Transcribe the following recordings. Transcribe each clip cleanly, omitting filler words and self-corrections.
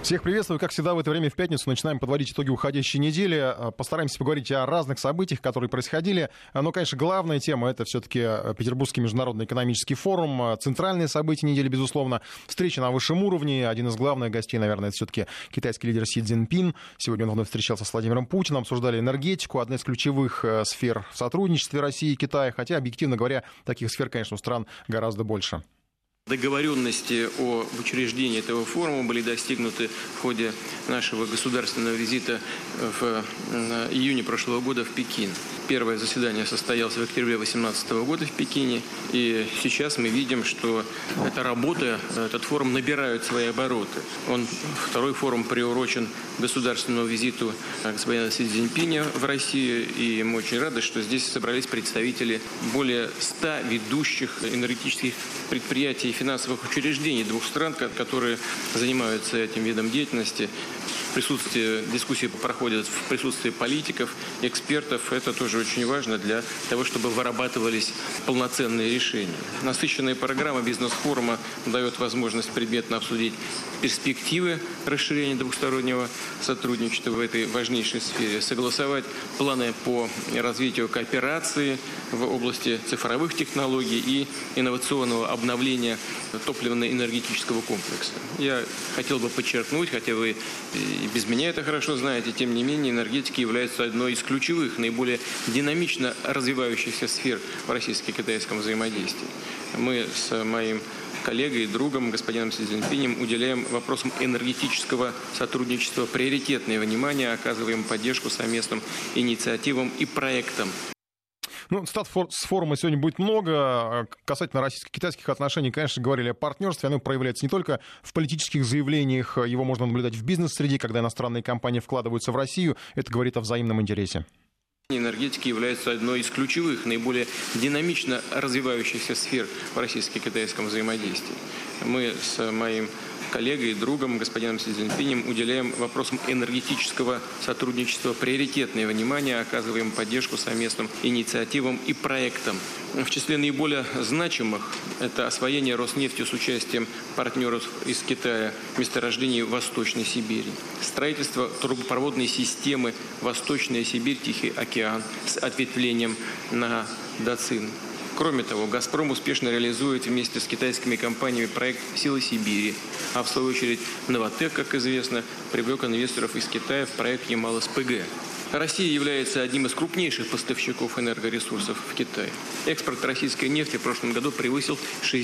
Всех приветствую. Как всегда, в это время в пятницу начинаем подводить итоги уходящей недели. Постараемся поговорить о разных событиях, которые происходили. Но, конечно, главная тема — это все-таки Петербургский международный экономический форум. Центральные события недели, безусловно. Встреча на высшем уровне. Один из главных гостей, наверное, это все-таки китайский лидер Си Цзиньпин. Сегодня он вновь встречался с Владимиром Путиным. Обсуждали энергетику, одна из ключевых сфер в сотрудничестве России и Китая. Хотя, объективно говоря, таких сфер, конечно, у стран гораздо больше. Договоренности об учреждении этого форума были достигнуты в ходе нашего государственного визита в июне прошлого года в Пекин. Первое заседание состоялось в октябре 2018 года в Пекине, и сейчас мы видим, что эта работа, этот форум набирает свои обороты. Второй форум приурочен государственному визиту господина Си Цзиньпиня в Россию, и мы очень рады, что здесь собрались представители более 100 ведущих энергетических предприятий и финансовых учреждений двух стран, которые занимаются этим видом деятельности. Дискуссии проходят в присутствии политиков, экспертов. Это тоже очень важно для того, чтобы вырабатывались полноценные решения. Насыщенная программа бизнес-форума дает возможность предметно обсудить перспективы расширения двухстороннего сотрудничества в этой важнейшей сфере, согласовать планы по развитию кооперации в области цифровых технологий и инновационного обновления топливно-энергетического комплекса. Я хотел бы подчеркнуть, хотя вы и без меня это хорошо знаете, тем не менее энергетика является одной из ключевых, наиболее динамично развивающихся сфер в российско-китайском взаимодействии. Мы с моим коллегой и другом, господином Си Цзиньпинем, уделяем вопросам энергетического сотрудничества приоритетное внимание, оказываем поддержку совместным инициативам и проектам. Цитат с форума сегодня будет много. Касательно российско-китайских отношений, конечно, говорили о партнерстве. Оно проявляется не только в политических заявлениях, его можно наблюдать в бизнес-среде, когда иностранные компании вкладываются в Россию. Это говорит о взаимном интересе. Энергетика является одной из ключевых, наиболее динамично развивающихся сфер в российско-китайском взаимодействии. Мы с моим коллегой и другом, господином Си Цзиньпинем, уделяем вопросам энергетического сотрудничества приоритетное внимание, оказываем поддержку совместным инициативам и проектам. В числе наиболее значимых это освоение Роснефтью с участием партнеров из Китая месторождений в Восточной Сибири, строительство трубопроводной системы Восточная Сибирь, Тихий океан с ответвлением на Дацин. Кроме того, «Газпром» успешно реализует вместе с китайскими компаниями проект «Силы Сибири», а в свою очередь «Новатэк», как известно, привлек инвесторов из Китая в проект «Ямал-СПГ». Россия является одним из крупнейших поставщиков энергоресурсов в Китай. Экспорт российской нефти в прошлом году превысил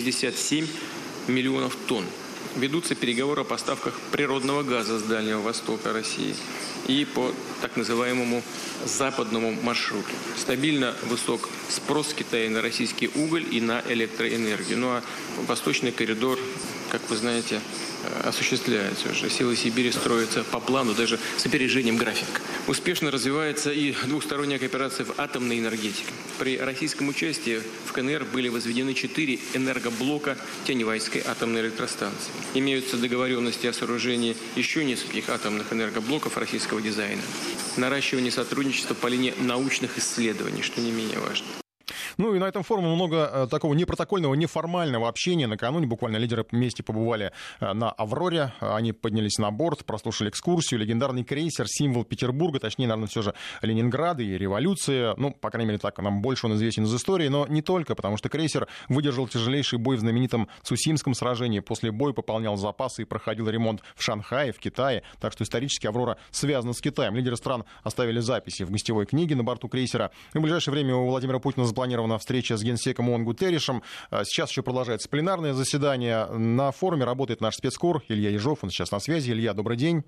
67 миллионов тонн. Ведутся переговоры о поставках природного газа с Дальнего Востока России и по так называемому западному маршруту. Стабильно высок спрос Китая на российский уголь и на электроэнергию. Ну а восточный коридор, как вы знаете, осуществляется уже. «Силы Сибири» строятся по плану, даже с опережением графика. Успешно развивается и двухсторонняя кооперация в атомной энергетике. При российском участии в КНР были возведены 4 энергоблока Тяньвайской атомной электростанции. Имеются договоренности о сооружении еще нескольких атомных энергоблоков российского дизайна. Наращивание сотрудничества по линии научных исследований, что не менее важно. И на этом форуме много такого непротокольного, неформального общения. Накануне буквально лидеры вместе побывали на «Авроре». Они поднялись на борт, прослушали экскурсию. Легендарный крейсер, символ Петербурга, точнее, наверное, все же Ленинграда и революции. По крайней мере, так нам больше он известен из истории. Но не только, потому что крейсер выдержал тяжелейший бой в знаменитом Цусимском сражении. После боя пополнял запасы и проходил ремонт в Шанхае, в Китае. Так что исторически «Аврора» связана с Китаем. Лидеры стран оставили записи в гостевой книге на борту крейсера. И в ближайшее время у Владимира Путина запланирована встреча с генсеком ООН Гутерришем. Сейчас еще продолжается пленарное заседание. На форуме работает наш спецкор Илья Ежов. Он сейчас на связи. Илья, добрый день.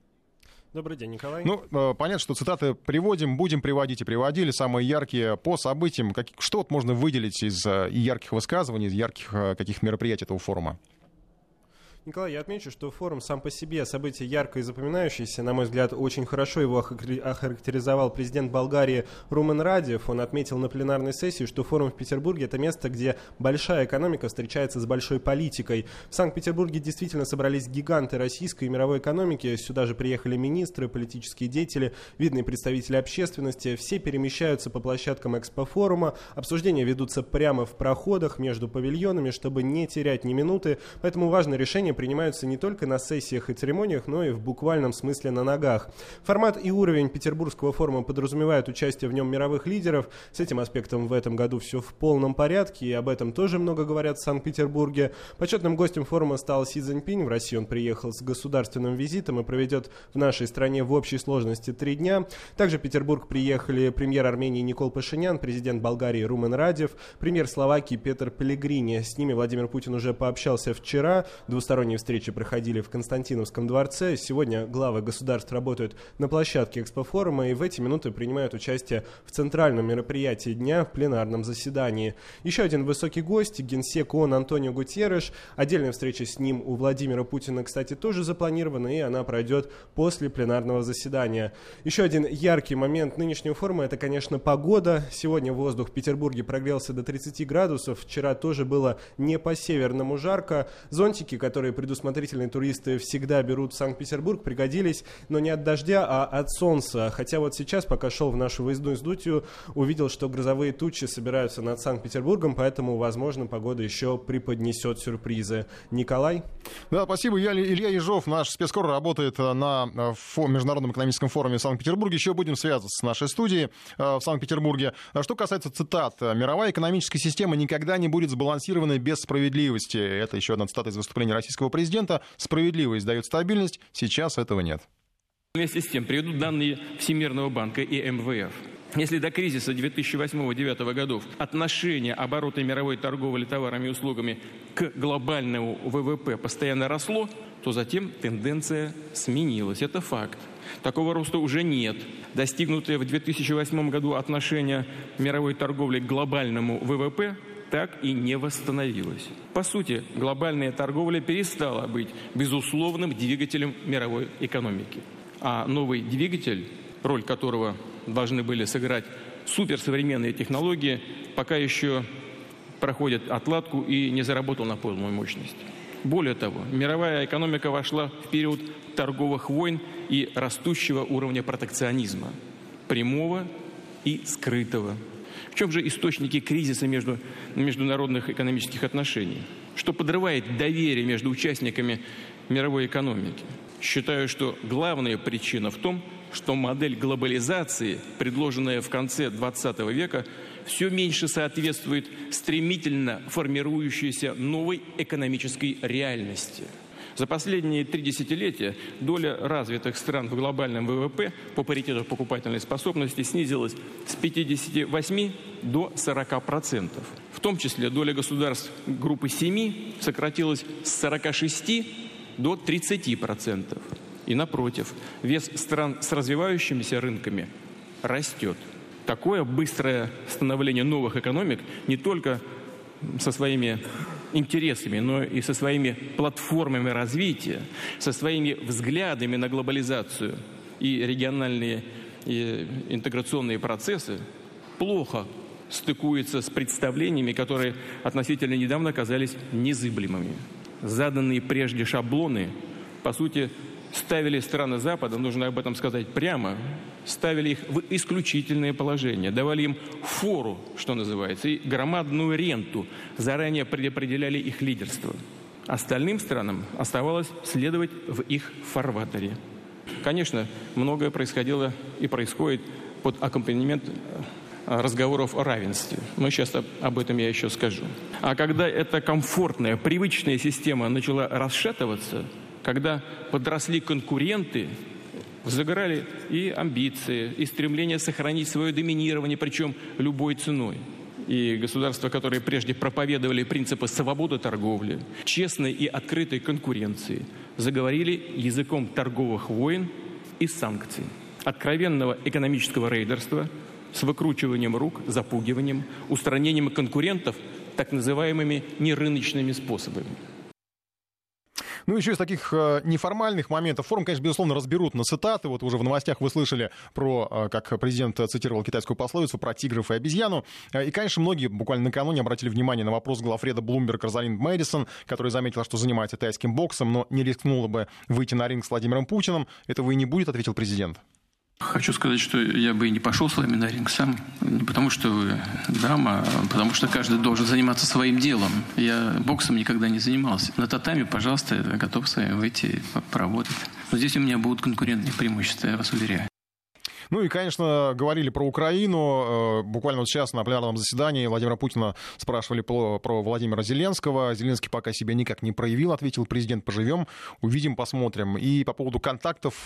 Добрый день, Николай. Понятно, что цитаты будем приводить и приводили. Самые яркие по событиям. Что можно выделить из ярких высказываний, из ярких каких мероприятий этого форума? Николай, я отмечу, что форум сам по себе событие яркое и запоминающееся. На мой взгляд, очень хорошо его охарактеризовал президент Болгарии Румен Радев. Он отметил на пленарной сессии, что форум в Петербурге — это место, где большая экономика встречается с большой политикой. В Санкт-Петербурге действительно собрались гиганты российской и мировой экономики. Сюда же приехали министры, политические деятели, видные представители общественности. Все перемещаются по площадкам экспофорума. Обсуждения ведутся прямо в проходах между павильонами, чтобы не терять ни минуты. Поэтому важное решение принимаются не только на сессиях и церемониях, но и в буквальном смысле на ногах. Формат и уровень Петербургского форума подразумевают участие в нем мировых лидеров. С этим аспектом в этом году все в полном порядке, и об этом тоже много говорят в Санкт-Петербурге. Почетным гостем форума стал Си Цзиньпинь. В Россию он приехал с государственным визитом и проведет в нашей стране в общей сложности 3 дня. Также в Петербург приехали премьер Армении Никол Пашинян, президент Болгарии Румен Радев, премьер Словакии Петр Пеллегрини. С ними Владимир Путин уже пообщался вчера. Двусторонние встречи проходили в Константиновском дворце. Сегодня главы государств работают на площадке экспофорума и в эти минуты принимают участие в центральном мероприятии дня в пленарном заседании. Еще один высокий гость, генсек ООН Антонио Гутерреш. Отдельная встреча с ним у Владимира Путина, кстати, тоже запланирована, и она пройдет после пленарного заседания. Еще один яркий момент нынешнего форума — это, конечно, погода. Сегодня воздух в Петербурге прогрелся до 30 градусов. Вчера тоже было не по-северному жарко. Зонтики, которые предусмотрительные туристы всегда берут в Санкт-Петербург, пригодились, но не от дождя, а от солнца. Хотя вот сейчас, пока шел в нашу выездную студию, увидел, что грозовые тучи собираются над Санкт-Петербургом, поэтому, возможно, погода еще преподнесет сюрпризы. Николай? Да, спасибо. Илья Ежов, наш спецкор, работает на Международном экономическом форуме в Санкт-Петербурге. Еще будем связываться с нашей студией в Санкт-Петербурге. Что касается цитат, мировая экономическая система никогда не будет сбалансированной без справедливости. Это еще одна цитата из выступления российского президента. Справедливость дает стабильность, сейчас этого нет. Вместе с тем приведу данные Всемирного банка и МВФ. Если до кризиса 2008-2009 годов отношение оборота мировой торговли товарами и услугами к глобальному ВВП постоянно росло, то затем тенденция сменилась. Это факт. Такого роста уже нет. Достигнутое в 2008 году отношение мировой торговли к глобальному ВВП так и не восстановилось. По сути, глобальная торговля перестала быть безусловным двигателем мировой экономики. А новый двигатель, роль которого должны были сыграть суперсовременные технологии, пока еще проходит отладку и не заработал на полную мощность. Более того, мировая экономика вошла в период торговых войн и растущего уровня протекционизма, прямого и скрытого. В чем же источники кризиса международных экономических отношений? Что подрывает доверие между участниками мировой экономики? Считаю, что главная причина в том, что модель глобализации, предложенная в конце XX века, все меньше соответствует стремительно формирующейся новой экономической реальности. За последние 3 десятилетия доля развитых стран в глобальном ВВП по паритету покупательной способности снизилась с 58 до 40%. В том числе доля государств группы 7 сократилась с 46 до 30%. И напротив, вес стран с развивающимися рынками растет. Такое быстрое становление новых экономик не только со своими интересами, но и со своими платформами развития, со своими взглядами на глобализацию и региональные и интеграционные процессы плохо стыкуется с представлениями, которые относительно недавно казались незыблемыми. Заданные прежде шаблоны, по сути, ставили страны Запада, нужно об этом сказать прямо, ставили их в исключительное положение, давали им фору, что называется, и громадную ренту, заранее предопределяли их лидерство. Остальным странам оставалось следовать в их фарватере. Конечно, многое происходило и происходит под аккомпанемент разговоров о равенстве. Но сейчас об этом я еще скажу. А когда эта комфортная, привычная система начала расшатываться, когда подросли конкуренты, загорали и амбиции, и стремление сохранить свое доминирование, причем любой ценой. И государства, которые прежде проповедовали принципы свободы торговли, честной и открытой конкуренции, заговорили языком торговых войн и санкций, откровенного экономического рейдерства с выкручиванием рук, запугиванием, устранением конкурентов так называемыми нерыночными способами. Ну, еще из таких неформальных моментов. Форум, конечно, безусловно, разберут на цитаты. Вот уже в новостях вы слышали про, как президент цитировал китайскую пословицу про тигров и обезьяну. И, конечно, многие буквально накануне обратили внимание на вопрос главреда Bloomberg Розалинд Мэдисон, которая заметила, что занимается тайским боксом, но не рискнула бы выйти на ринг с Владимиром Путиным. Этого и не будет, ответил президент. Хочу сказать, что я бы и не пошел с вами на ринг сам, не потому что вы дама, а потому что каждый должен заниматься своим делом. Я боксом никогда не занимался. На татами, пожалуйста, я готов с вами выйти, поработать. Но здесь у меня будут конкурентные преимущества, я вас уверяю. Ну и, конечно, говорили про Украину. Буквально вот сейчас на пленарном заседании Владимира Путина спрашивали про Владимира Зеленского. Зеленский пока себя никак не проявил, ответил президент. Поживем, увидим, посмотрим. И по поводу контактов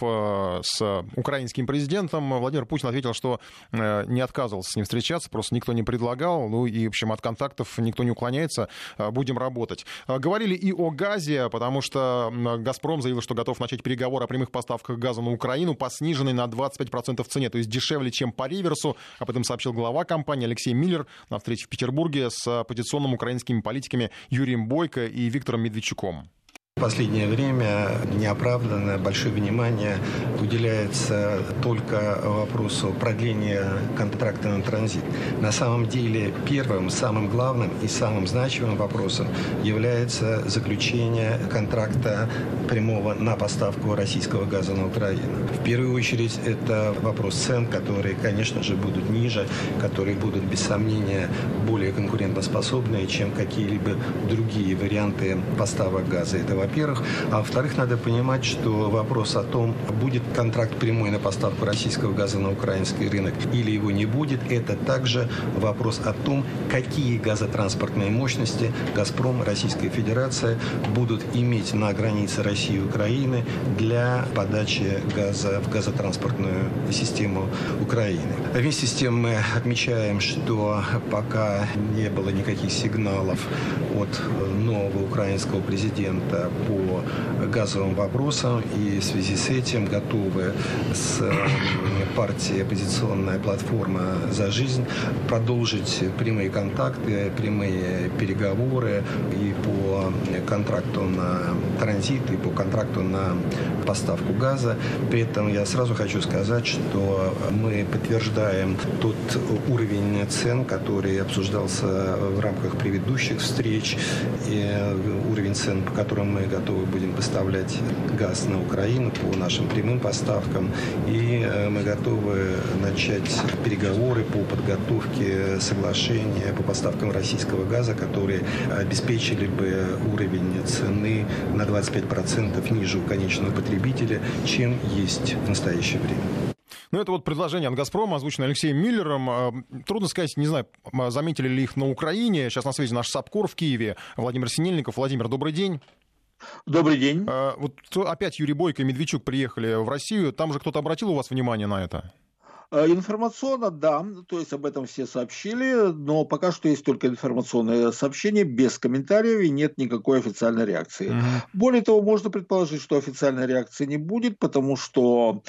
с украинским президентом Владимир Путин ответил, что не отказывался с ним встречаться, просто никто не предлагал. Ну и, в общем, от контактов никто не уклоняется. Будем работать. Говорили и о газе, потому что «Газпром» заявил, что готов начать переговоры о прямых поставках газа на Украину по сниженной на 25% цене, то есть дешевле, чем по реверсу. Об этом сообщил глава компании Алексей Миллер на встрече в Петербурге с оппозиционными украинскими политиками Юрием Бойко и Виктором Медведчуком. В последнее время неоправданно большое внимание уделяется только вопросу продления контракта на транзит. На самом деле первым, самым главным и самым значимым вопросом является заключение контракта прямого на поставку российского газа на Украину. В первую очередь это вопрос цен, которые, конечно же, будут ниже, которые будут, без сомнения, более конкурентоспособные, чем какие-либо другие варианты поставок газа. Это во-первых. А во-вторых, надо понимать, что вопрос о том, будет контракт прямой на поставку российского газа на украинский рынок или его не будет, это также вопрос о том, какие газотранспортные мощности «Газпром», Российская Федерация будут иметь на границе России и Украины для подачи газа в газотранспортную систему Украины. Вместе с тем мы отмечаем, что пока не было никаких сигналов от нового украинского президента по газовым вопросам, и в связи с этим готовы с партией «Оппозиционная платформа за жизнь» продолжить прямые контакты, прямые переговоры и по контракту на транзит, и по контракту на поставку газа. При этом я сразу хочу сказать, что мы подтверждаем тот уровень цен, который обсуждался в рамках предыдущих встреч, и уровень цен, по которым мы готовы будем поставлять газ на Украину по нашим прямым поставкам. И мы готовы начать переговоры по подготовке соглашения по поставкам российского газа, которые обеспечили бы уровень цены на 25% ниже у конечного потребителя, чем есть в настоящее время. Ну, это вот предложение от «Газпрома», озвученное Алексеем Миллером. Трудно сказать, не знаю, заметили ли их на Украине. Сейчас на связи наш САПКОР в Киеве, Владимир Синельников. Владимир, добрый день. Добрый день. Вот опять Юрий Бойко и Медведчук приехали в Россию. Там же кто-то обратил у вас внимание на это? Информационно, да, то есть об этом все сообщили, но пока что есть только информационное сообщение, без комментариев, и нет никакой официальной реакции. Более того, можно предположить, что официальной реакции не будет, потому что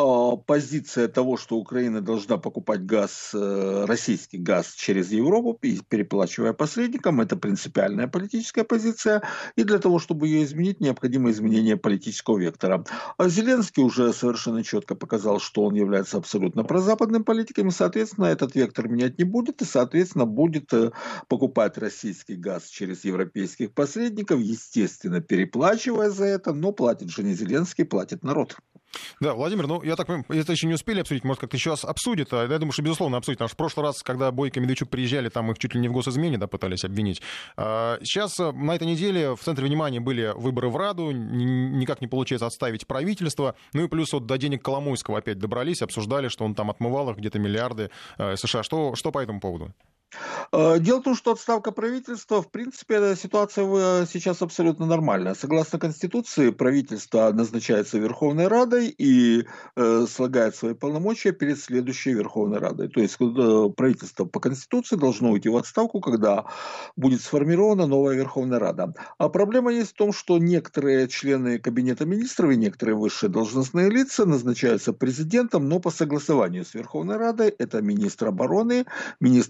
позиция того, что Украина должна покупать газ, российский газ через Европу, переплачивая посредникам, это принципиальная политическая позиция, и для того, чтобы ее изменить, необходимо изменение политического вектора. А Зеленский уже совершенно четко показал, что он является абсолютно прозападным политикам, и, соответственно, этот вектор менять не будет, и, соответственно, будет покупать российский газ через европейских посредников, естественно, переплачивая за это, но платит же не Зеленский, платит народ. Да, Владимир, ну, я так понимаю, это еще не успели обсудить, может, как-то еще обсудят, я думаю, что, безусловно, обсудят, потому что в прошлый раз, когда Бойко и Медведчук приезжали, там их чуть ли не в госизмене, да, пытались обвинить. Сейчас, на этой неделе, в центре внимания были выборы в Раду, никак не получается отставить правительство, ну и плюс вот до денег Коломойского опять добрались, обсуждали, что он там отмывал их где-то миллиарды США. Что по этому поводу? Дело в том, что отставка правительства, в принципе, ситуация сейчас абсолютно нормальная. Согласно Конституции, правительство назначается Верховной Радой и слагает свои полномочия перед следующей Верховной Радой. То есть правительство по Конституции должно уйти в отставку, когда будет сформирована новая Верховная Рада. А проблема есть в том, что некоторые члены Кабинета министров и некоторые высшие должностные лица назначаются президентом, но по согласованию с Верховной Радой. Это министр обороны, министр иностранных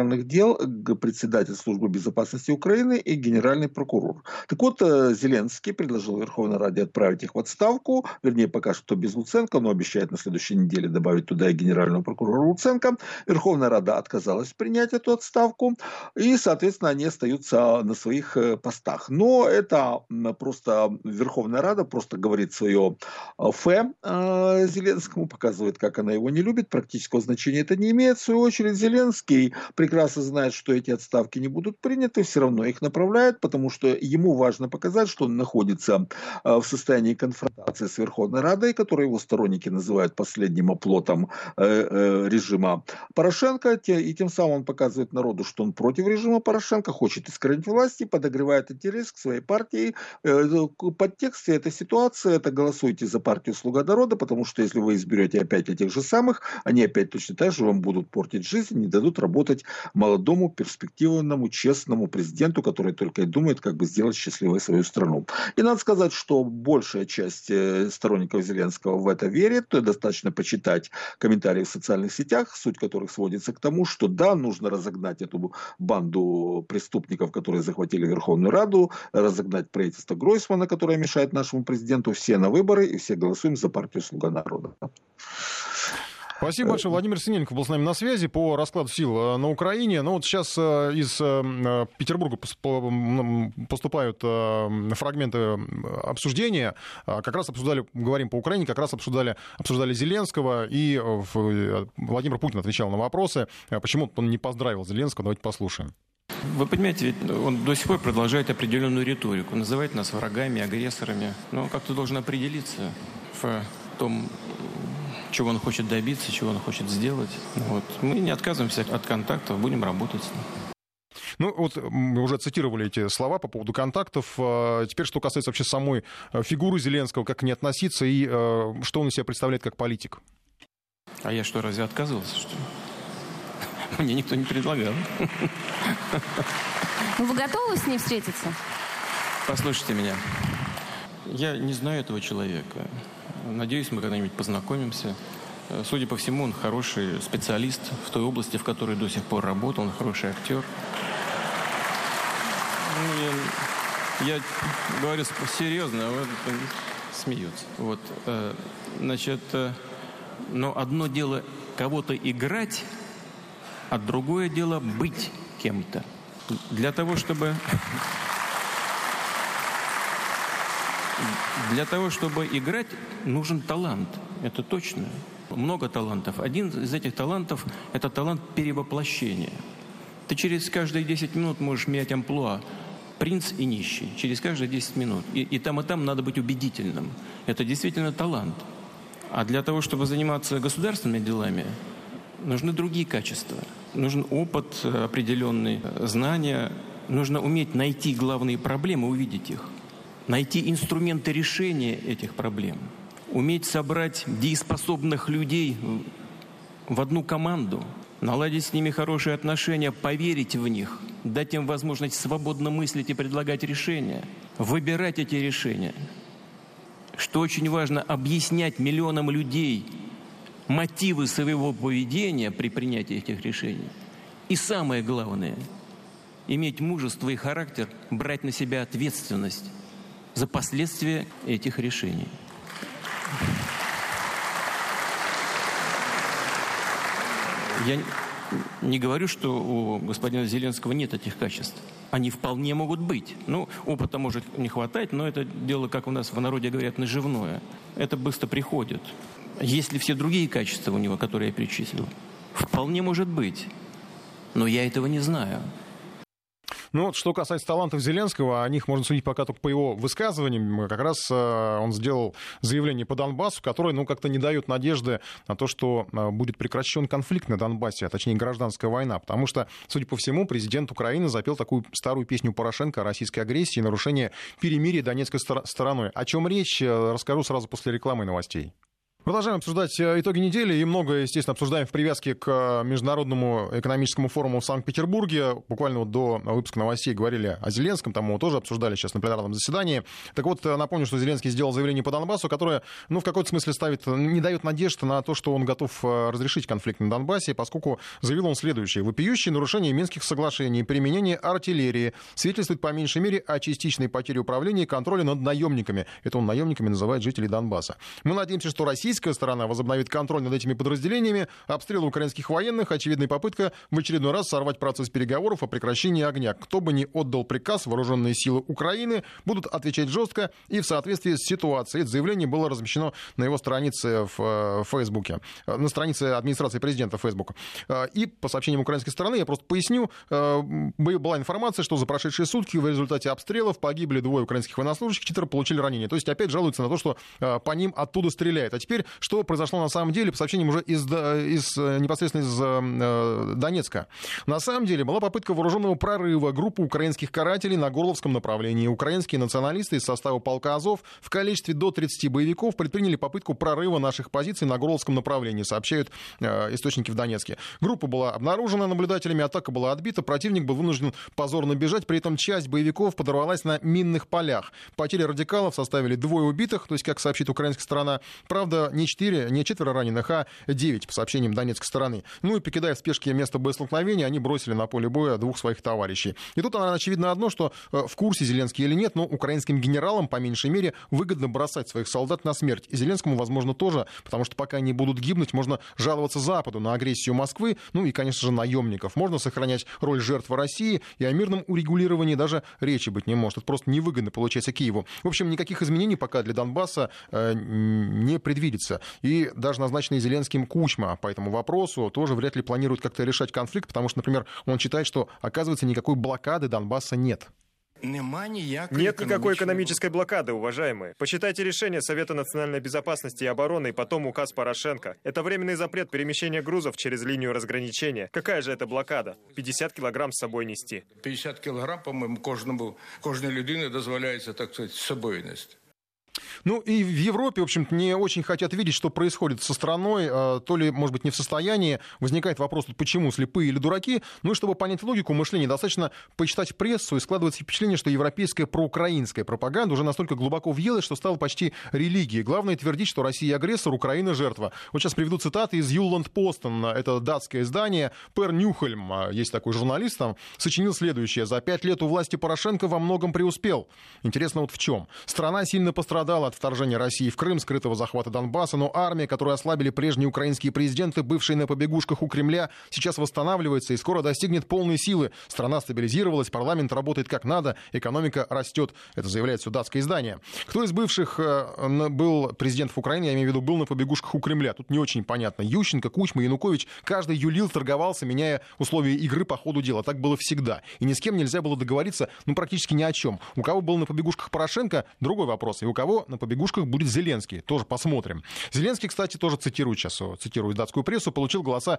иностранных дел, председатель службы безопасности Украины и генеральный прокурор. Так вот, Зеленский предложил Верховной Раде отправить их в отставку, вернее, пока что без Луценко, но обещает на следующей неделе добавить туда и генерального прокурора Луценко. Верховная Рада отказалась принять эту отставку, и, соответственно, они остаются на своих постах. Но это просто Верховная Рада просто говорит свое фе Зеленскому, показывает, как она его не любит, практического значения это не имеет. В свою очередь, Зеленский прекрасно знает, что эти отставки не будут приняты, все равно их направляет, потому что ему важно показать, что он находится в состоянии конфронтации с Верховной Радой, которую его сторонники называют последним оплотом режима Порошенко, и тем самым он показывает народу, что он против режима Порошенко, хочет искоренить власть и подогревает интерес к своей партии. Подтекст этой ситуации — это голосуйте за партию «Слуга народа», потому что если вы изберете опять этих же самых, они опять точно так же вам будут портить жизнь, не дадут работать молодому, перспективному, честному президенту, который только и думает, как бы сделать счастливой свою страну. И надо сказать, что большая часть сторонников Зеленского в это верит. То достаточно почитать комментарии в социальных сетях, суть которых сводится к тому, что да, нужно разогнать эту банду преступников, которые захватили Верховную Раду, разогнать правительство Гройсмана, которое мешает нашему президенту, все на выборы и все голосуем за партию «Слуга народа». Спасибо большое. Владимир Синельников был с нами на связи по раскладу сил на Украине. Ну вот сейчас из Петербурга поступают фрагменты обсуждения. Как раз говорим по Украине, как раз обсуждали Зеленского, и Владимир Путин отвечал на вопросы. Почему он не поздравил Зеленского? Давайте послушаем. Вы понимаете, ведь он до сих пор продолжает определенную риторику, называть нас врагами, агрессорами. Но он как-то должен определиться в том, чего он хочет добиться, чего он хочет сделать. Вот. Мы не отказываемся от контактов, будем работать с ним. Ну, вот мы уже цитировали эти слова по поводу контактов. Теперь, что касается вообще самой фигуры Зеленского, как к ней относиться и что он из себя представляет как политик? А я что, разве отказывался, что ли? Мне никто не предлагал. Вы готовы с ней встретиться? Послушайте меня. Я не знаю этого человека. Надеюсь, мы когда-нибудь познакомимся. Судя по всему, он хороший специалист в той области, в которой до сих пор работал. Он хороший актер. Я говорю серьезно, а он смеется. Вот. Значит, но одно дело кого-то играть, а другое дело быть кем-то. Для того, чтобы играть, нужен талант. Это точно. Много талантов. Один из этих талантов – это талант перевоплощения. Ты через каждые 10 минут можешь менять амплуа. Принц и нищий. Через каждые 10 минут. И там надо быть убедительным. Это действительно талант. А для того, чтобы заниматься государственными делами, нужны другие качества. Нужен опыт определенный, знания. Нужно уметь найти главные проблемы, увидеть их. Найти инструменты решения этих проблем. Уметь собрать дееспособных людей в одну команду. Наладить с ними хорошие отношения, поверить в них. Дать им возможность свободно мыслить и предлагать решения. Выбирать эти решения. Что очень важно, объяснять миллионам людей мотивы своего поведения при принятии этих решений. И самое главное, иметь мужество и характер, брать на себя ответственность за последствия этих решений. Я не говорю, что у господина Зеленского нет этих качеств. Они вполне могут быть. Ну, опыта может не хватать, но это дело, как у нас в народе говорят, наживное. Это быстро приходит. Есть ли все другие качества у него, которые я перечислил? Вполне может быть. Но я этого не знаю. Ну вот, что касается талантов Зеленского, о них можно судить пока только по его высказываниям. Как раз он сделал заявление по Донбассу, которое, как-то не дает надежды на то, что будет прекращен конфликт на Донбассе, а точнее гражданская война. Потому что, судя по всему, президент Украины запел такую старую песню Порошенко о российской агрессии и нарушении перемирия донецкой стороной. О чем речь, расскажу сразу после рекламы и новостей. Продолжаем обсуждать итоги недели и многое, естественно, обсуждаем в привязке к Международному экономическому форуму в Санкт-Петербурге. Буквально вот до выпуска новостей говорили о Зеленском, там его тоже обсуждали сейчас на пленарном заседании. Так вот, напомню, что Зеленский сделал заявление по Донбассу, которое, в какой-то смысле не дает надежд на то, что он готов разрешить конфликт на Донбассе, поскольку заявил он следующее. Вопиющее нарушение Минских соглашений, применение артиллерии свидетельствует по меньшей мере о частичной потере управления и контроля над наемниками. Это он наемниками называет жителей Донбасса. Мы надеемся, что российская сторона возобновит контроль над этими подразделениями, обстрелы украинских военных, очевидная попытка в очередной раз сорвать процесс переговоров о прекращении огня. Кто бы ни отдал приказ, вооруженные силы Украины будут отвечать жестко и в соответствии с ситуацией. Это заявление было размещено на его странице в Фейсбуке, на странице администрации президента Фейсбука. И по сообщениям украинской стороны, я просто поясню, была информация, что за прошедшие сутки в результате обстрелов погибли 2 украинских военнослужащих, 4 получили ранения. То есть опять жалуются на то, что по ним оттуда стреляют. А теперь что произошло на самом деле, по сообщениям уже непосредственно из Донецка. На самом деле была попытка вооруженного прорыва группы украинских карателей на Горловском направлении. Украинские националисты из состава полка Азов в количестве до 30 боевиков предприняли попытку прорыва наших позиций на Горловском направлении, сообщают источники в Донецке. Группа была обнаружена наблюдателями, атака была отбита, противник был вынужден позорно бежать, при этом часть боевиков подорвалась на минных полях. Потери радикалов составили 2 убитых, то есть, как сообщит украинская сторона. Правда, не 4 раненых, а 9, по сообщениям донецкой стороны. И покидая в спешке место боестолкновения, они бросили на поле боя 2 своих товарищей. И тут, наверное, очевидно одно, что в курсе Зеленский или нет, но украинским генералам, по меньшей мере, выгодно бросать своих солдат на смерть. И Зеленскому, возможно, тоже, потому что пока они будут гибнуть, можно жаловаться Западу на агрессию Москвы, и, конечно же, наемников. Можно сохранять роль жертвы России, и о мирном урегулировании даже речи быть не может. Это просто невыгодно получается Киеву. В общем, никаких изменений пока для Донбасса не предвидится. И даже назначенный Зеленским Кучма по этому вопросу тоже вряд ли планирует как-то решать конфликт, потому что, например, он считает, что, оказывается, никакой блокады Донбасса нет. Нет никакой экономической блокады, уважаемые. Почитайте решение Совета национальной безопасности и обороны и потом указ Порошенко. Это временный запрет перемещения грузов через линию разграничения. Какая же это блокада? 50 килограмм с собой нести. 50 килограмм, по-моему, кожній людині дозволяється, так сказать, з собою нести. И в Европе, в общем-то, не очень хотят видеть, что происходит со страной. То ли, может быть, не в состоянии. Возникает вопрос, почему, слепые или дураки. И чтобы понять логику мышления, достаточно почитать прессу, и складывается впечатление, что европейская проукраинская пропаганда уже настолько глубоко въелась, что стала почти религией. Главное твердить, что Россия агрессор, Украина жертва. Вот сейчас приведу цитаты из Юлланд-Постен. Это датское издание. Пер Нюхельм, есть такой журналист, там, сочинил следующее. За 5 лет у власти Порошенко во многом преуспел. Интересно, вот в чем. Страна сильно пострадала от вторжения России в Крым, скрытого захвата Донбасса, но армия, которую ослабили прежние украинские президенты, бывшие на побегушках у Кремля, сейчас восстанавливается и скоро достигнет полной силы. Страна стабилизировалась, парламент работает как надо, экономика растет. Это заявляет датское издание. Кто из бывших был президентов Украины, я имею в виду, был на побегушках у Кремля? Тут не очень понятно. Ющенко, Кучма, Янукович. Каждый юлил, торговался, меняя условия игры по ходу дела. Так было всегда. И ни с кем нельзя было договориться, практически ни о чем. У кого был на побегушках Порошенко, другой вопрос. И у кого на побегушках будет Зеленский. Тоже посмотрим. Зеленский, кстати, тоже цитирую датскую прессу, получил голоса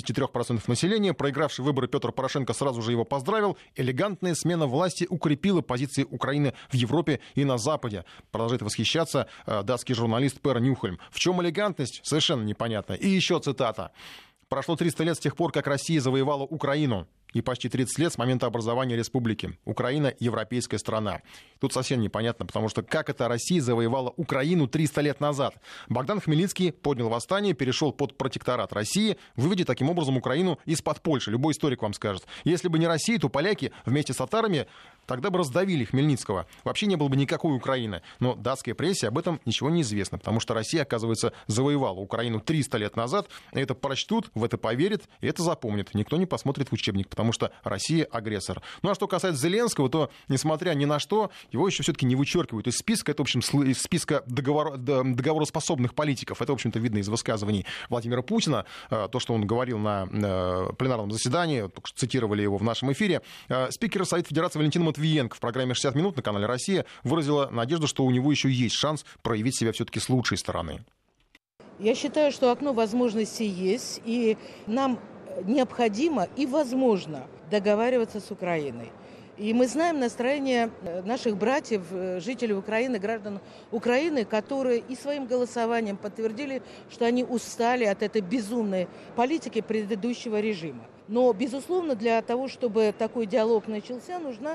73% населения. Проигравший выборы Петр Порошенко сразу же его поздравил. Элегантная смена власти укрепила позиции Украины в Европе и на Западе. Продолжает восхищаться датский журналист Пер Нюхельм. В чем элегантность? Совершенно непонятно. И еще цитата. Прошло 300 лет с тех пор, как Россия завоевала Украину. И почти 30 лет с момента образования республики. Украина – европейская страна. Тут совсем непонятно, потому что как это Россия завоевала Украину 300 лет назад? Богдан Хмельницкий поднял восстание, перешел под протекторат России, выведя таким образом Украину из-под Польши. Любой историк вам скажет. Если бы не Россия, то поляки вместе с татарами тогда бы раздавили Хмельницкого. Вообще не было бы никакой Украины. Но датской прессе об этом ничего не известно, потому что Россия, оказывается, завоевала Украину 300 лет назад. Это прочтут, в это поверят, и это запомнят. Никто не посмотрит в учебник, потому что Россия агрессор. А что касается Зеленского, то, несмотря ни на что, его еще все-таки не вычеркивают из списка. Это, в общем, из списка договороспособных политиков. Это, в общем-то, видно из высказываний Владимира Путина. То, что он говорил на пленарном заседании, только что цитировали его в нашем эфире. Спикер Совета Федерации Валентина Матвиенко в программе «60 минут» на канале «Россия» выразила надежду, что у него еще есть шанс проявить себя все-таки с лучшей стороны. Я считаю, что окно возможностей есть, и нам необходимо и возможно договариваться с Украиной. И мы знаем настроение наших братьев, жителей Украины, граждан Украины, которые и своим голосованием подтвердили, что они устали от этой безумной политики предыдущего режима. Но, безусловно, для того, чтобы такой диалог начался, нужна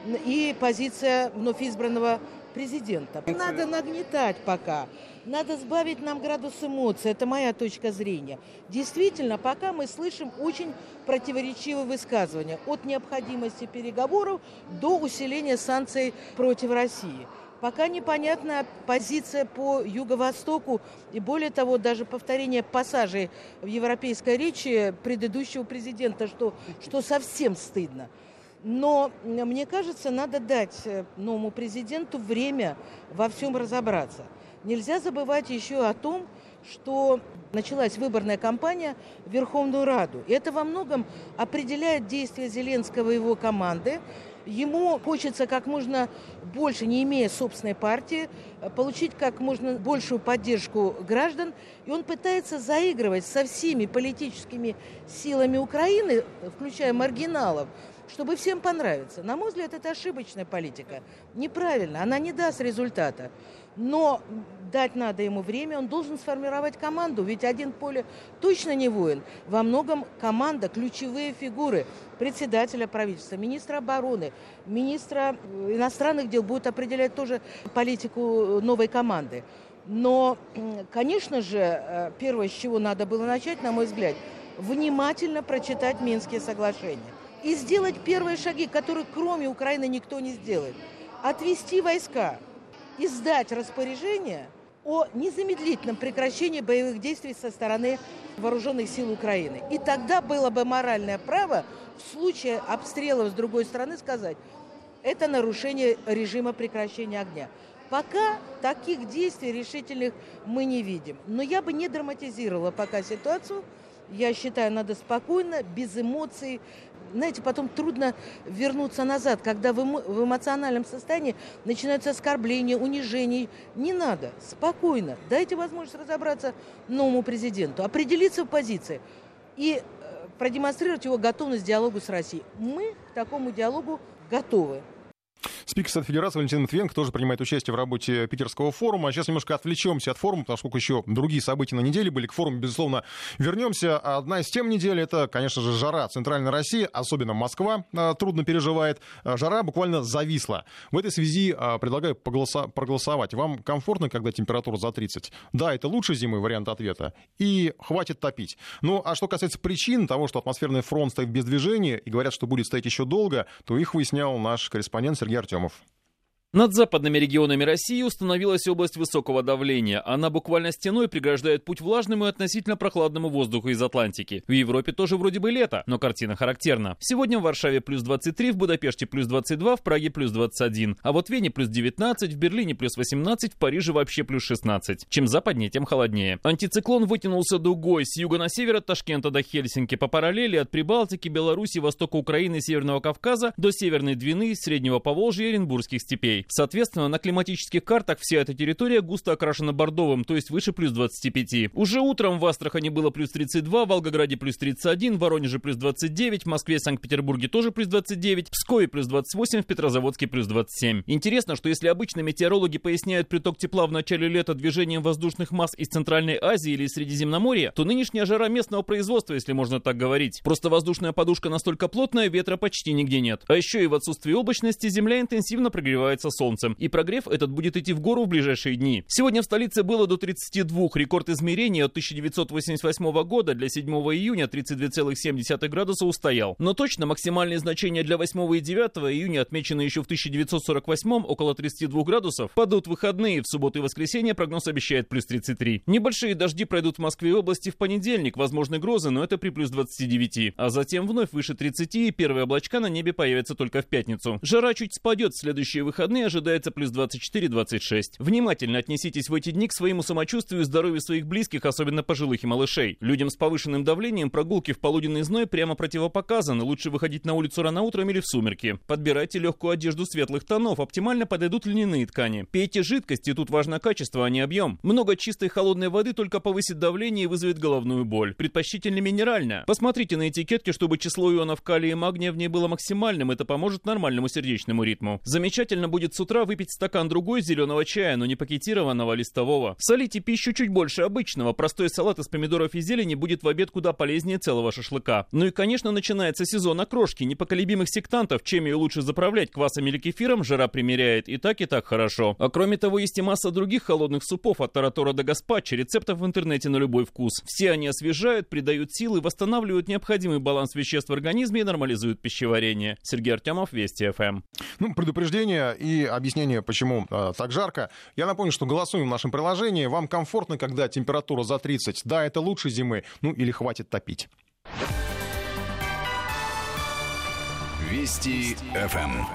и позиция вновь избранного президента. Не надо нагнетать пока. Надо сбавить нам градус эмоций. Это моя точка зрения. Действительно, пока мы слышим очень противоречивые высказывания. От необходимости переговоров до усиления санкций против России. Пока непонятна позиция по Юго-Востоку и, более того, даже повторение пассажей в европейской речи предыдущего президента, что совсем стыдно. Но, мне кажется, надо дать новому президенту время во всем разобраться. Нельзя забывать еще о том, что началась выборная кампания в Верховную Раду. И это во многом определяет действия Зеленского и его команды. Ему хочется как можно больше, не имея собственной партии, получить как можно большую поддержку граждан. И он пытается заигрывать со всеми политическими силами Украины, включая маргиналов, чтобы всем понравиться. На мой взгляд, это ошибочная политика. Неправильно, она не даст результата. Но дать надо ему время, он должен сформировать команду, ведь один в поле точно не воин. Во многом команда, ключевые фигуры председателя правительства, министра обороны, министра иностранных дел будут определять тоже политику новой команды. Но, конечно же, первое, с чего надо было начать, на мой взгляд, внимательно прочитать Минские соглашения. И сделать первые шаги, которые кроме Украины никто не сделает. Отвести войска, издать распоряжение о незамедлительном прекращении боевых действий со стороны вооруженных сил Украины. И тогда было бы моральное право в случае обстрелов с другой стороны сказать, это нарушение режима прекращения огня. Пока таких действий решительных мы не видим. Но я бы не драматизировала пока ситуацию. Я считаю, надо спокойно, без эмоций. Знаете, потом трудно вернуться назад, когда в эмоциональном состоянии начинаются оскорбления, унижения. Не надо, спокойно. Дайте возможность разобраться новому президенту, определиться в позиции и продемонстрировать его готовность к диалогу с Россией. Мы к такому диалогу готовы. Спикер Совета Федерации Валентин Матвиенко тоже принимает участие в работе Питерского форума. А сейчас немножко отвлечемся от форума, поскольку еще другие события на неделе были. К форуму, безусловно, вернемся. Одна из тем недели — это, конечно же, жара. Центральной России, особенно Москва, трудно переживает. Жара буквально зависла. В этой связи предлагаю проголосовать. Вам комфортно, когда температура за 30? Да, это лучше зимы, вариант ответа. И хватит топить. Ну, а что касается причин того, что атмосферный фронт стоит без движения и говорят, что будет стоять еще долго, то их выяснял наш корреспондент Сергей Артемов. Над западными регионами России установилась область высокого давления. Она буквально стеной преграждает путь влажному и относительно прохладному воздуху из Атлантики. В Европе тоже вроде бы лето, но картина характерна. Сегодня в Варшаве плюс 23, в Будапеште плюс 22, в Праге плюс 21. А вот в Вене плюс 19, в Берлине плюс 18, в Париже вообще плюс 16. Чем западнее, тем холоднее. Антициклон вытянулся дугой с юга на север от Ташкента до Хельсинки, по параллели от Прибалтики, Беларуси, востока Украины и Северного Кавказа до Северной Двины, Среднего Поволжья и Оренбургских степей. Соответственно, на климатических картах вся эта территория густо окрашена бордовым, то есть выше плюс 25. Уже утром в Астрахани было плюс 32, в Волгограде плюс 31, в Воронеже плюс 29, в Москве и Санкт-Петербурге тоже плюс 29, в Пскове плюс 28, в Петрозаводске плюс 27. Интересно, что если обычно метеорологи поясняют приток тепла в начале лета движением воздушных масс из Центральной Азии или из Средиземноморья, то нынешняя жара местного производства, если можно так говорить. Просто воздушная подушка настолько плотная, ветра почти нигде нет. А еще и в отсутствии облачности земля интенсивно прогревается солнцем. И прогрев этот будет идти в гору в ближайшие дни. Сегодня в столице было до 32. Рекорд измерений от 1988 года для 7 июня 32,7 градуса устоял. Но точно максимальные значения для 8 и 9 июня, отмеченные еще в 1948, около 32 градусов, падут в выходные. В субботу и воскресенье прогноз обещает плюс 33. Небольшие дожди пройдут в Москве и области в понедельник. Возможны грозы, но это при плюс 29. А затем вновь выше 30, и первые облачка на небе появятся только в пятницу. Жара чуть спадет в следующие выходные, выходные ожидается плюс 24-26. Внимательно отнеситесь в эти дни к своему самочувствию и здоровью своих близких, особенно пожилых и малышей. Людям с повышенным давлением прогулки в полуденный зной прямо противопоказаны. Лучше выходить на улицу рано утром или в сумерки. Подбирайте легкую одежду светлых тонов. Оптимально подойдут льняные ткани. Пейте жидкости, тут важно качество, а не объем. Много чистой холодной воды только повысит давление и вызовет головную боль. Предпочтительно минеральная. Посмотрите на этикетке, чтобы число ионов калия и магния в ней было максимальным. Это поможет нормальному сердечному ритму. Замечательно будет с утра выпить стакан другой зеленого чая, но не пакетированного, листового. Солите пищу чуть больше обычного. Простой салат из помидоров и зелени будет в обед куда полезнее целого шашлыка. Ну и, конечно, начинается сезон окрошки, непоколебимых сектантов. Чем ее лучше заправлять, квасом или кефиром, жара примеряет и так хорошо. А кроме того, есть и масса других холодных супов от таратора до гаспачо, рецептов в интернете на любой вкус. Все они освежают, придают силы, восстанавливают необходимый баланс веществ в организме и нормализуют пищеварение. Сергей Артемов, Вести ФМ. Предупреждение и объяснение, почему так жарко. Я напомню, что голосуем в нашем приложении. Вам комфортно, когда температура за 30? Да, это лучше зимы. Или хватит топить. Вести ФМ.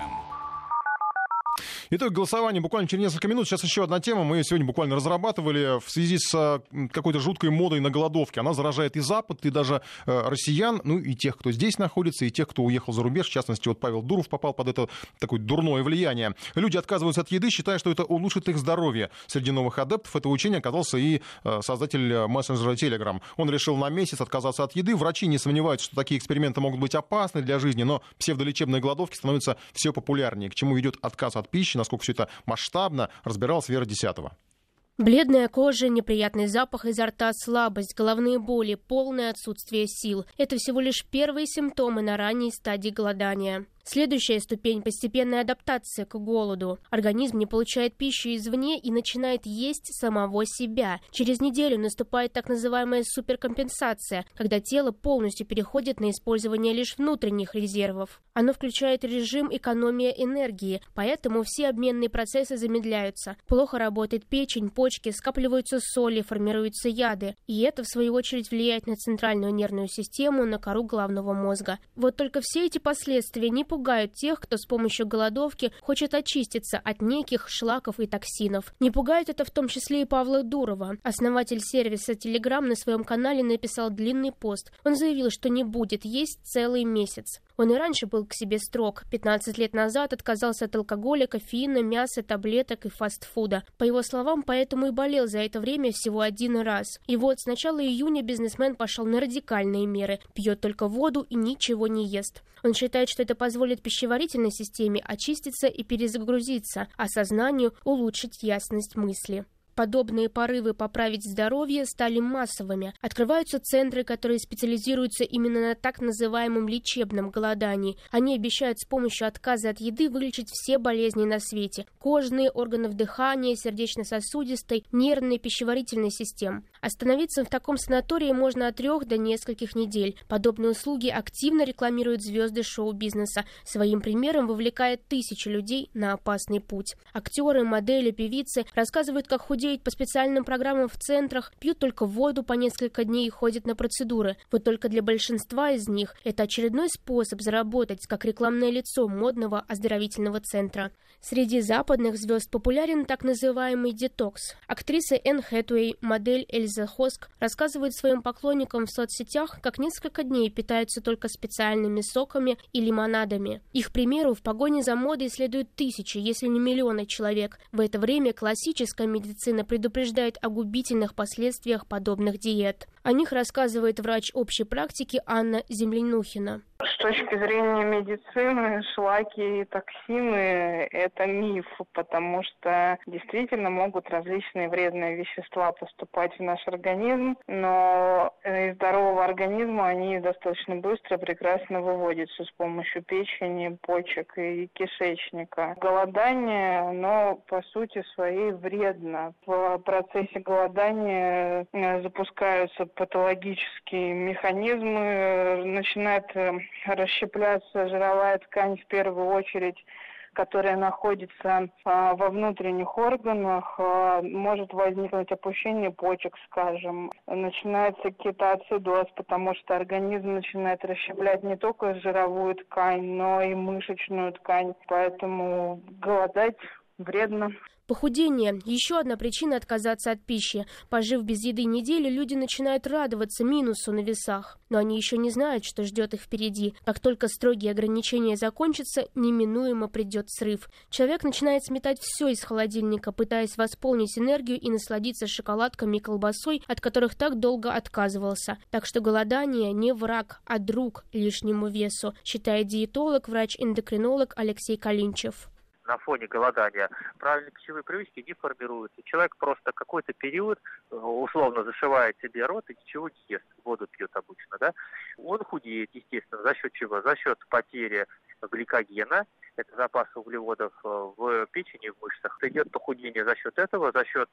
Итог голосования буквально через несколько минут. Сейчас еще одна тема. Мы ее сегодня буквально разрабатывали в связи с какой-то жуткой модой на голодовке. Она заражает и Запад, и даже россиян, и тех, кто здесь находится, и тех, кто уехал за рубеж. В частности, Павел Дуров попал под это такое дурное влияние. Люди отказываются от еды, считая, что это улучшит их здоровье. Среди новых адептов этого учения оказался и создатель мессенджера Telegram. Он решил на месяц отказаться от еды. Врачи не сомневаются, что такие эксперименты могут быть опасны для жизни, но псевдолечебные голодовки становятся все популярнее. К чему ведет отказ от пищи, насколько все это масштабно, разбиралась Вера Десятова. Бледная кожа, неприятный запах изо рта, слабость, головные боли, полное отсутствие сил – это всего лишь первые симптомы на ранней стадии голодания. Следующая ступень – постепенная адаптация к голоду. Организм не получает пищу извне и начинает есть самого себя. Через неделю наступает так называемая суперкомпенсация, когда тело полностью переходит на использование лишь внутренних резервов. Оно включает режим экономия энергии, поэтому все обменные процессы замедляются. Плохо работает печень, почки, скапливаются соли, формируются яды. И это, в свою очередь, влияет на центральную нервную систему, на кору головного мозга. Вот только все эти последствия не пугают тех, кто с помощью голодовки хочет очиститься от неких шлаков и токсинов. Не пугает это в том числе и Павла Дурова. Основатель сервиса Telegram на своем канале написал длинный пост. Он заявил, что не будет есть целый месяц. Он и раньше был к себе строг. 15 лет назад отказался от алкоголя, кофеина, мяса, таблеток и фастфуда. По его словам, поэтому и болел за это время всего один раз. И вот с начала июня бизнесмен пошел на радикальные меры. Пьет только воду и ничего не ест. Он считает, что это позволит пищеварительной системе очиститься и перезагрузиться, а сознанию улучшить ясность мысли. Подобные порывы поправить здоровье стали массовыми. Открываются центры, которые специализируются именно на так называемом лечебном голодании. Они обещают с помощью отказа от еды вылечить все болезни на свете – кожные, органов дыхания, сердечно-сосудистой, нервной, пищеварительной систем. Остановиться в таком санатории можно от 3 до нескольких недель. Подобные услуги активно рекламируют звезды шоу-бизнеса, своим примером вовлекая тысячи людей на опасный путь. Актеры, модели, певицы рассказывают, как худеть по специальным программам в центрах, пьют только воду по несколько дней и ходят на процедуры. Вот только для большинства из них это очередной способ заработать как рекламное лицо модного оздоровительного центра. Среди западных звезд популярен так называемый детокс. Актриса Энн Хэтэуэй, модель Эльза Хоск рассказывает своим поклонникам в соцсетях, как несколько дней питаются только специальными соками и лимонадами. Их примеру в погоне за модой следуют тысячи, если не миллионы человек. В это время классическая медицина предупреждает о губительных последствиях подобных диет. О них рассказывает врач общей практики Анна Землянухина. С точки зрения медицины, шлаки и токсины – это миф, потому что действительно могут различные вредные вещества поступать в наш организм, но из здорового организма они достаточно быстро, прекрасно выводятся с помощью печени, почек и кишечника. Голодание, оно по сути своей вредно. В процессе голодания запускаются патологические механизмы, начинает расщепляться жировая ткань в первую очередь, которая находится во внутренних органах, может возникнуть опущение почек, скажем. Начинается кетоацидоз, потому что организм начинает расщеплять не только жировую ткань, но и мышечную ткань. Поэтому голодать вредно. Похудение – еще одна причина отказаться от пищи. Пожив без еды неделю, люди начинают радоваться минусу на весах. Но они еще не знают, что ждет их впереди. Как только строгие ограничения закончатся, неминуемо придет срыв. Человек начинает сметать все из холодильника, пытаясь восполнить энергию и насладиться шоколадками и колбасой, от которых так долго отказывался. Так что голодание не враг, а друг лишнему весу, считает диетолог, врач-эндокринолог Алексей Калинчев. На фоне голодания правильные пищевые привычки не формируются. Человек просто какой-то период условно зашивает себе рот и ничего не ест, воду пьет обычно, да. Он худеет, естественно, за счет чего? За счет потери гликогена, это запас углеводов в печени, в мышцах. Идет похудение за счет этого, за счет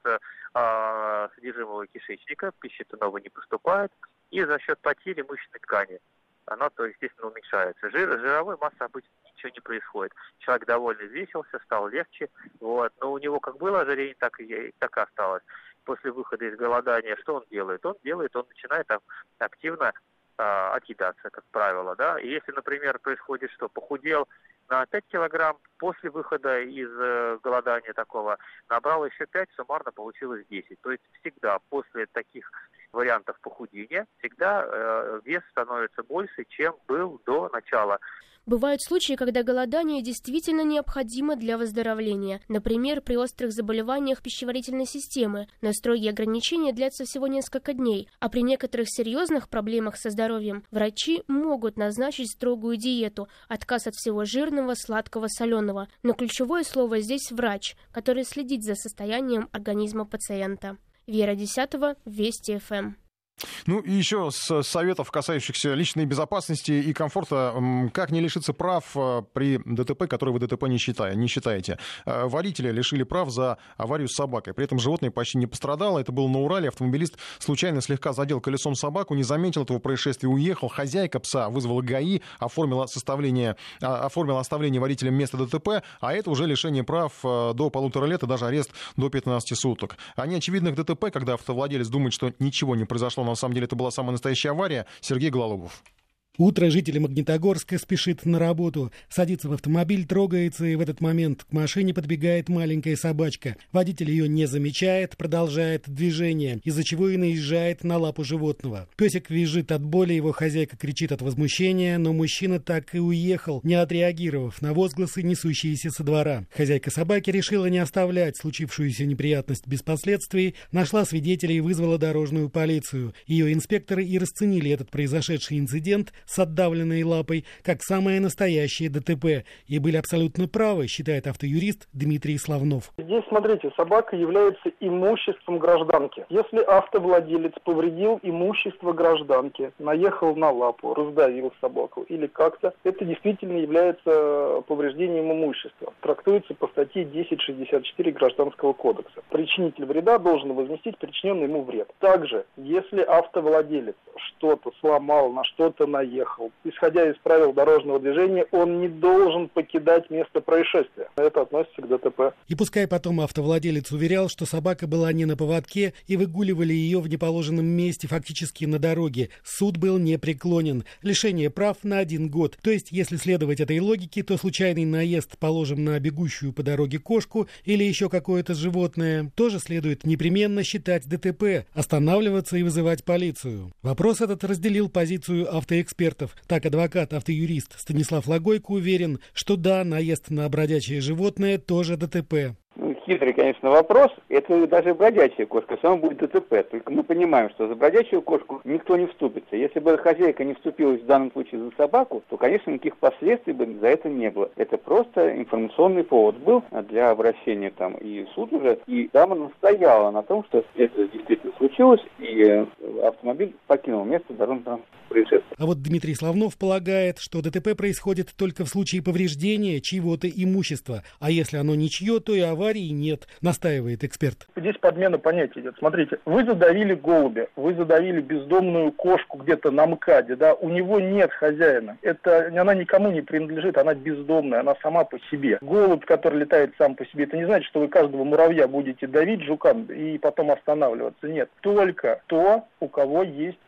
содержимого кишечника, пищи-то новой не поступает, и за счет потери мышечной ткани. Она, то, естественно, уменьшается. Жировой массы обычно ничего не происходит. Человек довольно взвесился, стал легче, вот. Но у него как было ожирение, так и осталось. После выхода из голодания что он делает? Он начинает активно отъедаться, как правило, да. И если, например, происходит что? Похудел на 5 килограмм, после выхода из голодания такого набрал еще 5, суммарно получилось 10. То есть всегда после таких вариантов похудения всегда вес становится больше, чем был до начала. Бывают случаи, когда голодание действительно необходимо для выздоровления. Например, при острых заболеваниях пищеварительной системы. Но строгие ограничения длятся всего несколько дней. А при некоторых серьезных проблемах со здоровьем врачи могут назначить строгую диету, отказ от всего жирного, сладкого, соленого. Но ключевое слово здесь врач, который следит за состоянием организма пациента. Вера Десятова, Вести ФМ. Ну и еще с советов, касающихся личной безопасности и комфорта, как не лишиться прав при ДТП, которые вы ДТП не считаете. Водителя лишили прав за аварию с собакой. При этом животное почти не пострадало. Это было на Урале. Автомобилист случайно слегка задел колесом собаку, не заметил этого происшествия, уехал. Хозяйка пса вызвала ГАИ, оформила оставление водителем места ДТП, а это уже лишение прав до 1,5 лет и даже арест до 15 суток. О неочевидных ДТП, когда автовладелец думает, что ничего не произошло, на самом деле это была самая настоящая авария. Сергей Гололобов. Утро житель Магнитогорска спешит на работу. Садится в автомобиль, трогается, и в этот момент к машине подбегает маленькая собачка. Водитель ее не замечает, продолжает движение, из-за чего и наезжает на лапу животного. Песик визжит от боли, его хозяйка кричит от возмущения, но мужчина так и уехал, не отреагировав на возгласы, несущиеся со двора. Хозяйка собаки решила не оставлять случившуюся неприятность без последствий, нашла свидетелей и вызвала дорожную полицию. Ее инспекторы и расценили этот произошедший инцидент с отдавленной лапой как самое настоящее ДТП. И были абсолютно правы, считает автоюрист Дмитрий Славнов. Здесь, смотрите, собака является имуществом гражданки. Если автовладелец повредил имущество гражданки, наехал на лапу, раздавил собаку или как-то, это действительно является повреждением имущества. Трактуется по статье 1064 Гражданского кодекса. Причинитель вреда должен возместить причиненный ему вред. Также, если автовладелец что-то сломал, на что-то наехал, исходя из правил дорожного движения, он не должен покидать место происшествия. Это относится к ДТП. И пускай потом автовладелец уверял, что собака была не на поводке и выгуливали ее в неположенном месте, фактически на дороге, суд был непреклонен. Лишение прав на 1 год. То есть, если следовать этой логике, то случайный наезд, положим на бегущую по дороге кошку или еще какое-то животное, тоже следует непременно считать ДТП, останавливаться и вызывать полицию. Вопрос этот разделил позицию автоэкспертов. Так, адвокат-автоюрист Станислав Логойко уверен, что да, наезд на бродячее животное тоже ДТП. Хитрый, конечно, вопрос. Это даже бродячая кошка сама будет ДТП. Только мы понимаем, что за бродячую кошку никто не вступится. Если бы хозяйка не вступилась в данном случае за собаку, то, конечно, никаких последствий бы за это не было. Это просто информационный повод был для обращения там и суд уже. И дама настояла на том, что это действительно случилось, и автомобиль покинул место дорожного происшествия. А вот Дмитрий Славнов полагает, что ДТП происходит только в случае повреждения чьего-то имущества. А если оно ничье, то и аварии нет, настаивает эксперт. Здесь подмена понятий идет. Смотрите, вы задавили голубя, вы задавили бездомную кошку где-то на МКАДе, да, у него нет хозяина. Она никому не принадлежит, она бездомная, она сама по себе. Голубь, который летает сам по себе, это не значит, что вы каждого муравья будете давить жукам и потом останавливаться. Нет, только то, у кого есть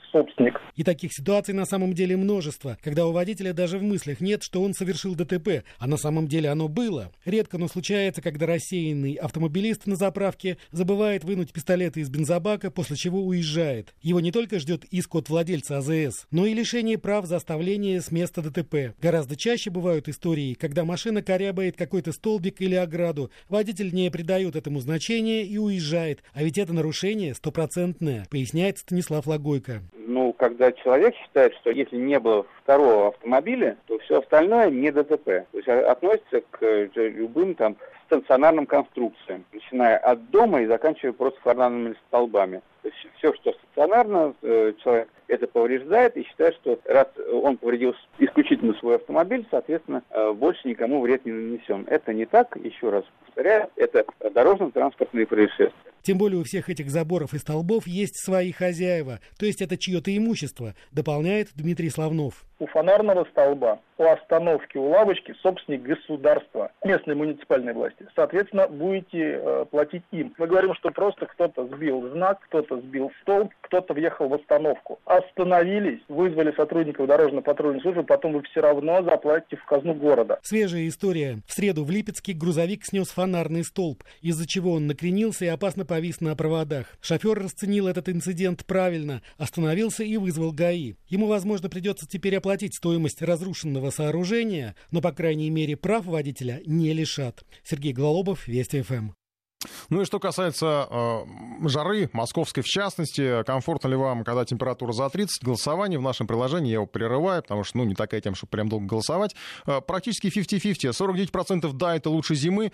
собственник. И таких ситуаций на самом деле множество, когда у водителя даже в мыслях нет, что он совершил ДТП, а на самом деле оно было. Редко, но случается, когда рассеянный автомобилист на заправке забывает вынуть пистолеты из бензобака, после чего уезжает. Его не только ждет иск от владельца АЗС, но и лишение прав за оставление с места ДТП. Гораздо чаще бывают истории, когда машина корябает какой-то столбик или ограду, водитель не придает этому значения и уезжает, а ведь это нарушение стопроцентное, поясняет Станислав Логойко. Когда человек считает, что если не было второго автомобиля, то все остальное не ДТП. То есть относится к любым стационарным конструкциям, начиная от дома и заканчивая просто фонарными столбами. То есть все, что стационарно, человек это повреждает и считает, что раз он повредил исключительно свой автомобиль, соответственно, больше никому вред не нанесен. Это не так, еще раз повторяю, это дорожно-транспортные происшествия. Тем более у всех этих заборов и столбов есть свои хозяева, то есть это чье-то имущество, дополняет Дмитрий Славнов. У фонарного столба, у остановки, у лавочки собственник государства, местной муниципальной власти. Соответственно, будете платить им. Мы говорим, что просто кто-то сбил знак, кто-то сбил столб, кто-то въехал в остановку. Остановились, вызвали сотрудников дорожно-патрульной службы, потом вы все равно заплатите в казну города. Свежая история. В среду в Липецке грузовик снес фонарный столб, из-за чего он накренился и опасно повис на проводах. Шофер расценил этот инцидент правильно, остановился и вызвал ГАИ. Ему, возможно, придется теперь оплатить стоимость разрушенного сооружения, но, по крайней мере, прав водителя не лишат. Сергей Гололобов, Вести ФМ. Ну и что касается жары, московской в частности, комфортно ли вам, когда температура за 30? Голосование в нашем приложении, я его прерываю, потому что, не такая тема, чтобы прям долго голосовать. Практически 50-50. 49% да, это лучше зимы,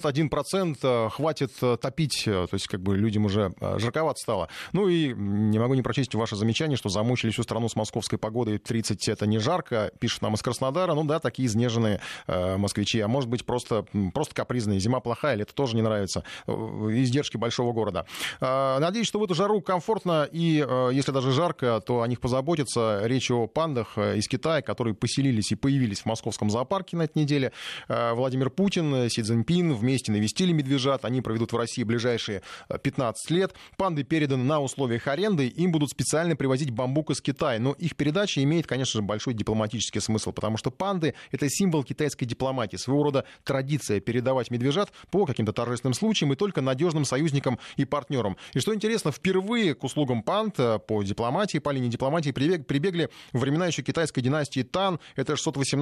51% хватит топить, то есть людям уже жарковато стало. Ну и не могу не прочесть ваше замечание, что замучили всю страну с московской погодой, 30 это не жарко, пишут нам из Краснодара. Ну да, такие изнеженные москвичи, а может быть просто капризные. Зима плохая, лето тоже не нравится. Издержки большого города. Надеюсь, что в эту жару комфортно, и если даже жарко, то о них позаботятся. Речь о пандах из Китая, которые поселились и появились в московском зоопарке на этой неделе. Владимир Путин, Си Цзиньпин вместе навестили медвежат. Они проведут в России ближайшие 15 лет. Панды переданы на условиях аренды. Им будут специально привозить бамбук из Китая. Но их передача имеет, конечно же, большой дипломатический смысл, потому что панды — это символ китайской дипломатии. Своего рода традиция передавать медвежат по каким-то торжественным случаям и только надежным союзникам и партнерам. И что интересно, впервые к услугам панд по дипломатии, по линии дипломатии прибегли во времена еще китайской династии Тан. Это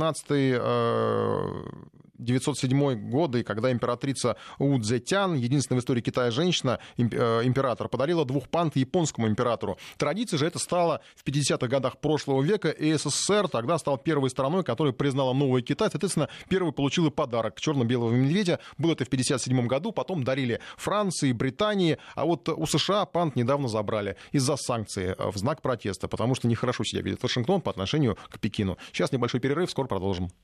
618-907 годы, когда императрица У Цзэтян, единственная в истории Китая женщина, император, подарила 2 панд японскому императору. Традицией же это стало в 50-х годах прошлого века, и СССР тогда стал первой страной, которая признала новый Китай. Соответственно, первой получила подарок черно-белого медведя. Было это в 1957 году, потом дарили Франции, Британии, а вот у США панд недавно забрали из-за санкций в знак протеста, потому что нехорошо себя ведет Вашингтон по отношению к Пекину. Сейчас небольшой перерыв, скоро продолжим.